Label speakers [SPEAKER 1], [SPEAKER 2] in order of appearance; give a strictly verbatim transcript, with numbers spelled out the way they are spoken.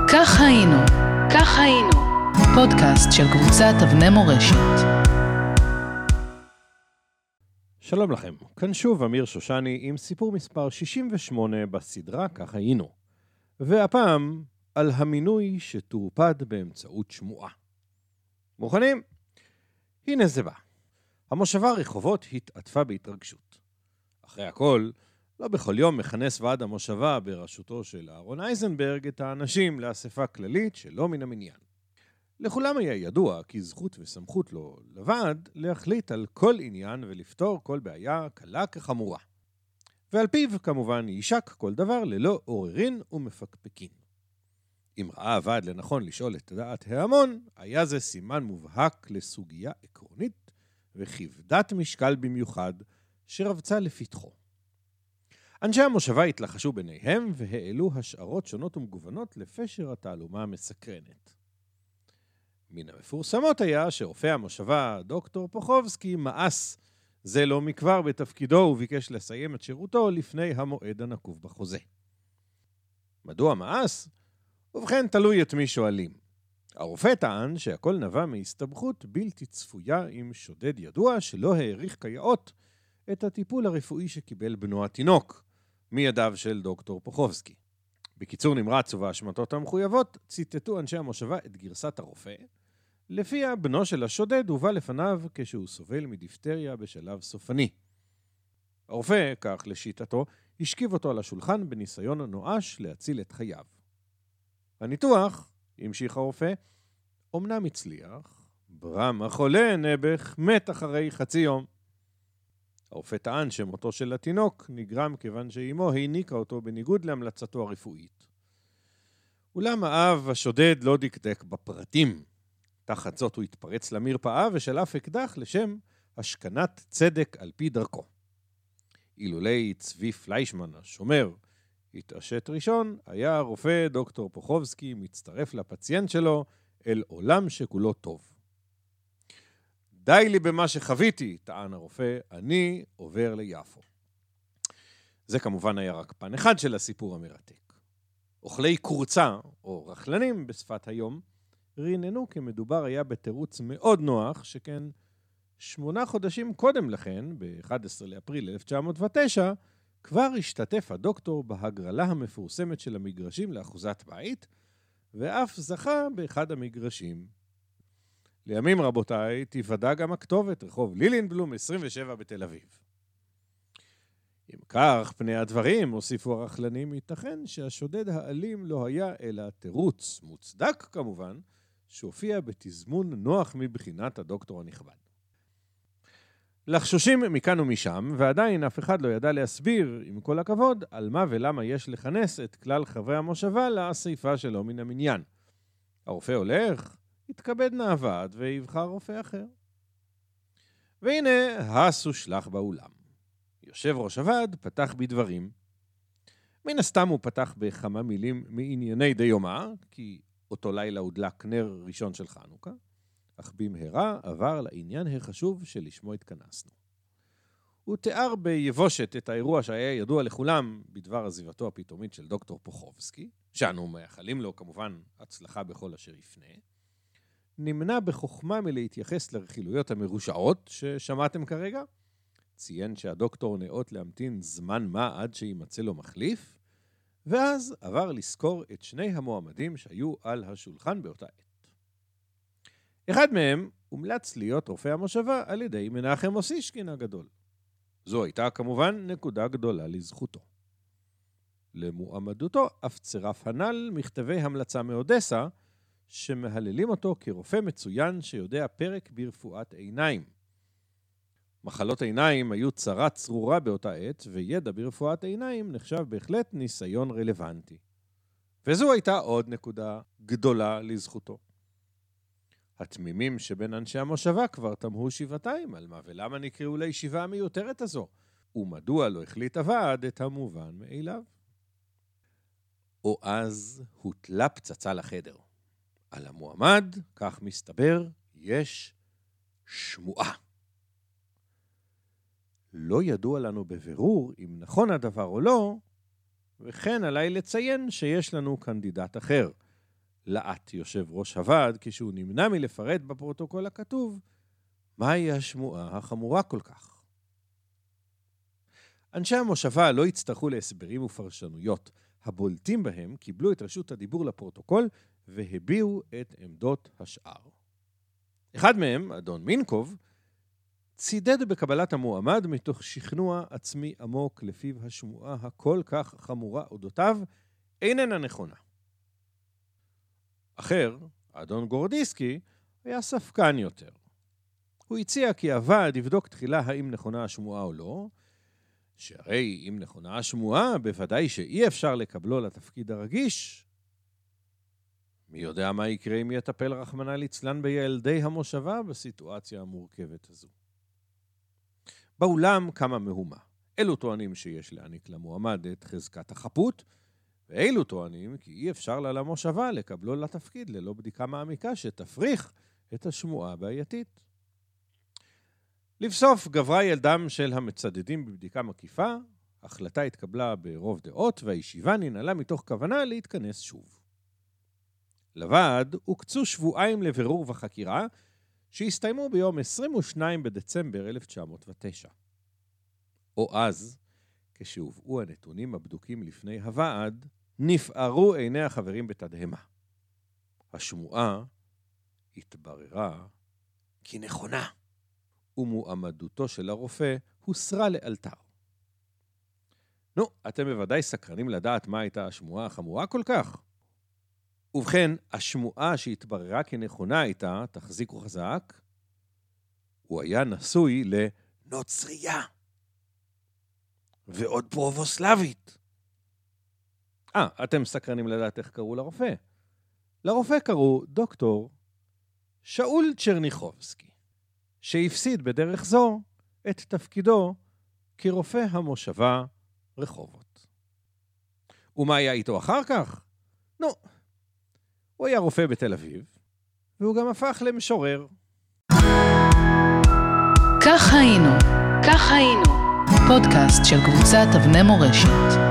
[SPEAKER 1] כך היינו, כך היינו, פודקאסט של קבוצת אבני מורשת.
[SPEAKER 2] שלום לכם, כאן שוב אמיר שושני עם סיפור מספר שישים ושמונה בסדרה כך היינו. והפעם על המינוי שתורפד באמצעות שמועה. מוכנים? הנה זה בא. המושבה רחובות התעטפה בהתרגשות. אחרי הכל, לא בכל יום מכנס ועד המושבה בראשותו של אהרון אייזנברג את האנשים לאספה כללית שלא מן המניין. לכולם היה ידוע כי זכות וסמכות לו לוועד להחליט על כל עניין ולפתור כל בעיה קלה כחמורה. ועל פיו כמובן יישק כל דבר ללא עוררין ומפקפקין. אם ראה הוועד לנכון לשאול את דעת ההמון, היה זה סימן מובהק לסוגיה עקרונית וכבדת משקל במיוחד שרבצה לפתחו. אנשי המושבה התלחשו ביניהם והעלו השערות שונות ומגוונות לפשר התעלומה המסקרנת. מן המפורסמות היה שרופא המושבה דוקטור פוחובסקי מאס זה לא מכבר בתפקידו וביקש לסיים את שירותו לפני המועד הנקוב בחוזה. מדוע מאס? ובכן תלוי את מי שואלים. הרופא טען שהכל נבע מהסתבכות בלתי צפויה עם שודד ידוע שלא העריך כיאות את הטיפול הרפואי שקיבל בנו התינוק מידיו של דוקטור פוחובסקי. בקיצור נמרץ ובהשמטות המחויבות ציטטו אנשי המושבה את גרסת הרופא, לפיה בנו של השודד הובא לפניו כשהוא סובל מדיפטריה בשלב סופני. הרופא, כך לשיטתו, השכיב אותו על השולחן בניסיון נואש להציל את חייו. הניתוח, המשיך הרופא, אומנם הצליח, ברם החולה נבח מת אחרי חצי יום. הרופא טען שמותו של התינוק נגרם כיוון שאימו העניקה אותו בניגוד להמלצתו הרפואית. אולם האב השודד לא דקדק בפרטים. תחת זאת הוא התפרץ למרפאה ושלף אקדח לשם השכנת צדק על פי דרכו. אילולי צבי פליישמן השומר התעשת ראשון, היה הרופא דוקטור פוחובסקי מצטרף לפציינט שלו אל עולם שכולו טוב. די לי במה שחוויתי, טען הרופא, אני עובר ליפו. זה כמובן היה רק פן אחד של הסיפור המרתק. אוכלי קורצה, או רכלנים בשפת היום, ריננו כמדובר היה בתירוץ מאוד נוח, שכן שמונה חודשים קודם לכן, ב-אחד עשר לאפריל אלף תשע מאות ותשע, כבר השתתף הדוקטור בהגרלה המפורסמת של המגרשים לאחוזת בית, ואף זכה באחד המגרשים. לימים רבותיי, תיוודע גם הכתובת, רחוב לילינבלום עשרים ושבע בתל אביב. אם כך, פני הדברים, הוסיפו הרכלנים, ייתכן שהשודד האלים לא היה אלא תירוץ, מוצדק כמובן, שהופיע בתזמון נוח מבחינת הדוקטור הנכבד. לחשושים מכאן ומשם, ועדיין אף אחד לא ידע להסביר, עם כל הכבוד, על מה ולמה יש לכנס את כלל חברי המושבה לאספה שלו מן המניין. הרופא הולך, יתכבד נעבד ויבחר רופא אחר. והנה, הסו שלח באולם. יושב ראש הוועד פתח בדברים. מן הסתם הוא פתח בכמה מילים מענייני דיומא, כי אותו לילה הודלק נר ראשון של חנוכה, אך במהרה עבר לעניין החשוב שלשמו התכנסנו. הוא תיאר ביבושת את האירוע שהיה ידוע לכולם בדבר עזיבתו הפתאומית של דוקטור פוחובסקי, שאנו מאחלים לו כמובן הצלחה בכל אשר יפנה, נמנע בחוכמה מלהתייחס לרכילויות המרושעות ששמעתם כרגע, ציין שהדוקטור נאות להמתין זמן מה עד שימצא לו מחליף, ואז עבר לזכור את שני המועמדים שהיו על השולחן באותה עת. אחד מהם הומלץ להיות רופא המושבה על ידי מנחם אוסישקין הגדול. זו הייתה כמובן נקודה גדולה לזכותו. למועמדותו אף צירף הנ"ל מכתבי המלצה מאודסה, שמהללים אותו כרופא מצוין שיודע פרק ברפואת עיניים. מחלות עיניים היו צרה צרורה באותה עת, וידע ברפואת עיניים נחשב בהחלט ניסיון רלוונטי. וזו הייתה עוד נקודה גדולה לזכותו. התמימים שבין אנשי המושבה כבר תמהו שבעתיים על מה ולמה נקראו לישיבה המיותרת הזו, ומדוע לא החליט הוועד את המובן מאליו. או אז הוטלה פצצה לחדר. על המועמד, כך מסתבר, יש שמועה. לא ידוע לנו בבירור אם נכון הדבר או לא, וכן עליי לציין שיש לנו קנדידט אחר, לעט יושב ראש הוועד כשהוא נמנע מלפרט בפרוטוקול הכתוב מהי השמועה החמורה כל כך. אנשי המושבה לא הצטרכו להסברים ופרשנויות. הבולטים בהם קיבלו את רשות הדיבור לפרוטוקול והביעו את עמדות השאר. אחד מהם, אדון מינקוב, צידד בקבלת המועמד מתוך שכנוע עצמי עמוק לפיו השמועה הכל כך חמורה אודותיו איננה נכונה. אחר, אדון גורדיסקי, היה ספקן יותר. הוא הציע כי הוועד יבדוק תחילה האם נכונה השמועה או לא, שהרי אם נכונה השמועה, בוודאי שאי אפשר לקבלו לתפקיד הרגיש. מי יודע מה יקרה אם יטפל רחמנא ליצלן בילדי המושבה בסיטואציה המורכבת הזו. באולם קמה מהומה. אלו טוענים שיש להעניק למועמד את חזקת החפות, ואלו טוענים כי אי אפשר לה למושבה לקבלו לתפקיד ללא בדיקה מעמיקה שתפריך את השמועה הבעייתית. לבסוף גברה ילדם של המצדדים בבדיקה מקיפה, החלטה התקבלה ברוב דעות והישיבה ננעלה מתוך כוונה להתכנס שוב. לוועד הוקצו שבועיים לבירור וחקירה שהסתיימו ביום עשרים ושניים בדצמבר אלף תשע מאות ותשע. או אז, כשהובאו הנתונים הבדוקים לפני הוועד, נפערו עיני החברים בתדהמה. השמועה התבררה כנכונה, ומועמדותו של הרופא הוסרה לאלתר. נו, אתם בוודאי סקרנים לדעת מה הייתה השמועה החמורה כל כך. ובכן, השמועה שהתבררה כנכונה הייתה, תחזיקו חזק, הוא היה נשוי לנוצריה. ועוד פרובוסלבית. אה, אתם סקרנים לדעת איך קראו לרופא. לרופא קראו דוקטור שאול צ'רניחובסקי, שהפסיד בדרך זו את תפקידו כרופא המושבה רחובות. ומה היה איתו אחר כך? נו, הוא היה רופא בתל אביב, והוא גם הפך למשורר.
[SPEAKER 1] כך היינו, כך היינו. פודקאסט של קבוצת אבני מורשת.